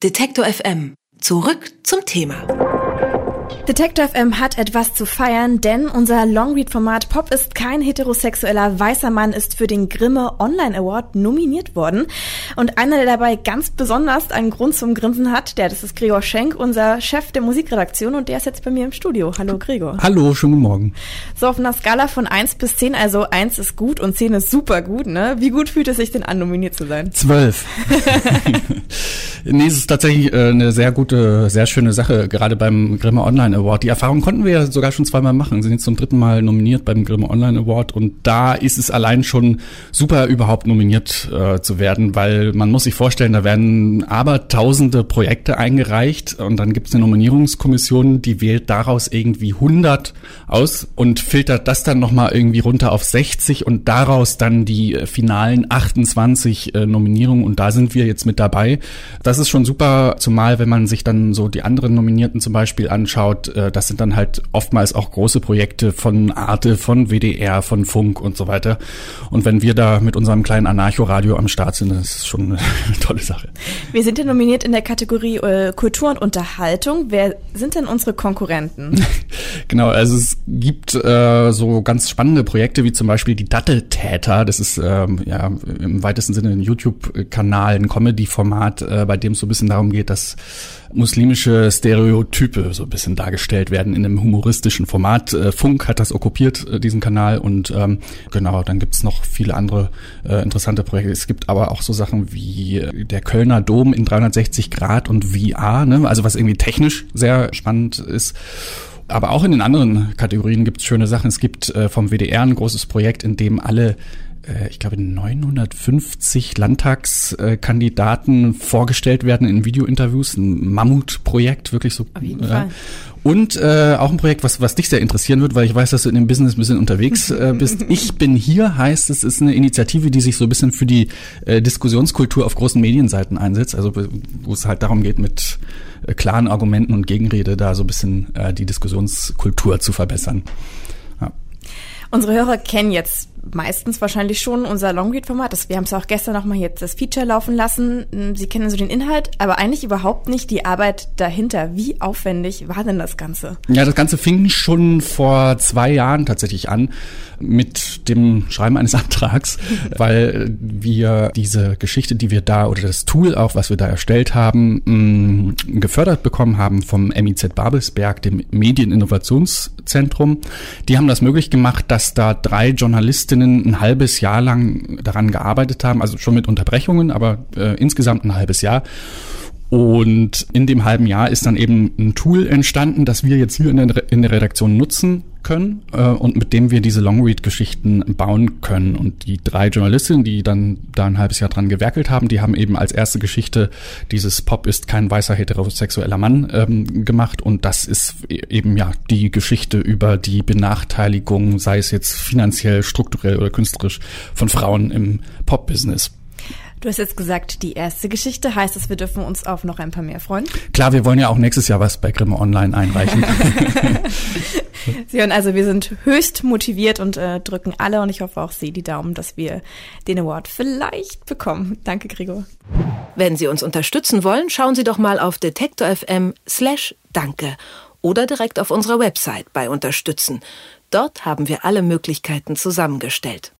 Detektor FM. Zurück zum Thema. Detektor FM hat etwas zu feiern, denn unser Longread-Format Pop ist kein heterosexueller weißer Mann ist für den Grimme Online Award nominiert worden. Und einer, der dabei ganz besonders einen Grund zum Grinsen hat, das ist Gregor Schenk, unser Chef der Musikredaktion, und der ist jetzt bei mir im Studio. Hallo Gregor. Hallo, schönen guten Morgen. So, auf einer Skala von 1 bis 10, also 1 ist gut und 10 ist super gut, ne? Wie gut fühlt es sich denn an, nominiert zu sein? 12. Nee, es ist tatsächlich eine sehr gute, sehr schöne Sache, gerade beim Grimme Online Award. Die Erfahrung konnten wir ja sogar schon zweimal machen. Wir sind jetzt zum 3. Mal nominiert beim Grimme Online Award, und da ist es allein schon super, überhaupt nominiert zu werden, weil man muss sich vorstellen, da werden abertausende Projekte eingereicht und dann gibt es eine Nominierungskommission, die wählt daraus irgendwie 100 aus und filtert das dann nochmal irgendwie runter auf 60 und daraus dann die finalen 28 Nominierungen, und da sind wir jetzt mit dabei. Das ist schon super, zumal wenn man sich dann so die anderen Nominierten zum Beispiel anschaut, das sind dann halt oftmals auch große Projekte von Arte, von WDR, von Funk und so weiter. Und wenn wir da mit unserem kleinen Anarcho-Radio am Start sind, das ist schon eine tolle Sache. Wir sind ja nominiert in der Kategorie Kultur und Unterhaltung. Wer sind denn unsere Konkurrenten? Genau, also es gibt so ganz spannende Projekte wie zum Beispiel die Datteltäter. Das ist im weitesten Sinne ein YouTube-Kanal, ein Comedy-Format, bei dem es so ein bisschen darum geht, dass muslimische Stereotype so ein bisschen dargestellt werden in einem humoristischen Format. Funk hat das okkupiert, diesen Kanal, und genau, dann gibt's noch viele andere interessante Projekte. Es gibt aber auch so Sachen wie der Kölner Dom in 360 Grad und VR, ne? Also was irgendwie technisch sehr spannend ist. Aber auch in den anderen Kategorien gibt's schöne Sachen. Es gibt vom WDR ein großes Projekt, in dem alle ich glaube 950 Landtagskandidaten vorgestellt werden in Videointerviews, ein Mammutprojekt, wirklich so. Auf jeden Fall. Und auch ein Projekt, was dich sehr interessieren wird, weil ich weiß, dass du in dem Business ein bisschen unterwegs bist. Ich bin hier, heißt es, ist eine Initiative, die sich so ein bisschen für die Diskussionskultur auf großen Medienseiten einsetzt, also wo es halt darum geht, mit klaren Argumenten und Gegenrede da so ein bisschen die Diskussionskultur zu verbessern. Ja. Unsere Hörer kennen jetzt meistens wahrscheinlich schon unser Longread-Format. Wir haben es auch gestern nochmal jetzt das Feature laufen lassen. Sie kennen so den Inhalt, aber eigentlich überhaupt nicht die Arbeit dahinter. Wie aufwendig war denn das Ganze? Ja, das Ganze fing schon vor 2 Jahren tatsächlich an mit dem Schreiben eines Antrags, weil wir diese Geschichte, die wir da, oder das Tool auch, was wir da erstellt haben, gefördert bekommen haben vom MIZ Babelsberg, dem Medieninnovationszentrum. Die haben das möglich gemacht, dass da 3 Journalistinnen ein halbes Jahr lang daran gearbeitet haben, also schon mit Unterbrechungen, aber insgesamt ein halbes Jahr. Und in dem halben Jahr ist dann eben ein Tool entstanden, das wir jetzt hier in der Redaktion nutzen können und mit dem wir diese Longread-Geschichten bauen können. Und die 3 Journalistinnen, die dann da ein halbes Jahr dran gewerkelt haben, die haben eben als erste Geschichte dieses Pop ist kein weißer heterosexueller Mann gemacht. Und das ist eben ja die Geschichte über die Benachteiligung, sei es jetzt finanziell, strukturell oder künstlerisch, von Frauen im Pop-Business. Du hast jetzt gesagt, die erste Geschichte, heißt es, wir dürfen uns auf noch ein paar mehr freuen? Klar, wir wollen ja auch nächstes Jahr was bei Grimme Online einreichen. Sie hören also, wir sind höchst motiviert und drücken alle, und ich hoffe auch Sie, die Daumen, dass wir den Award vielleicht bekommen. Danke, Gregor. Wenn Sie uns unterstützen wollen, schauen Sie doch mal auf detektor.fm/danke oder direkt auf unserer Website bei Unterstützen. Dort haben wir alle Möglichkeiten zusammengestellt.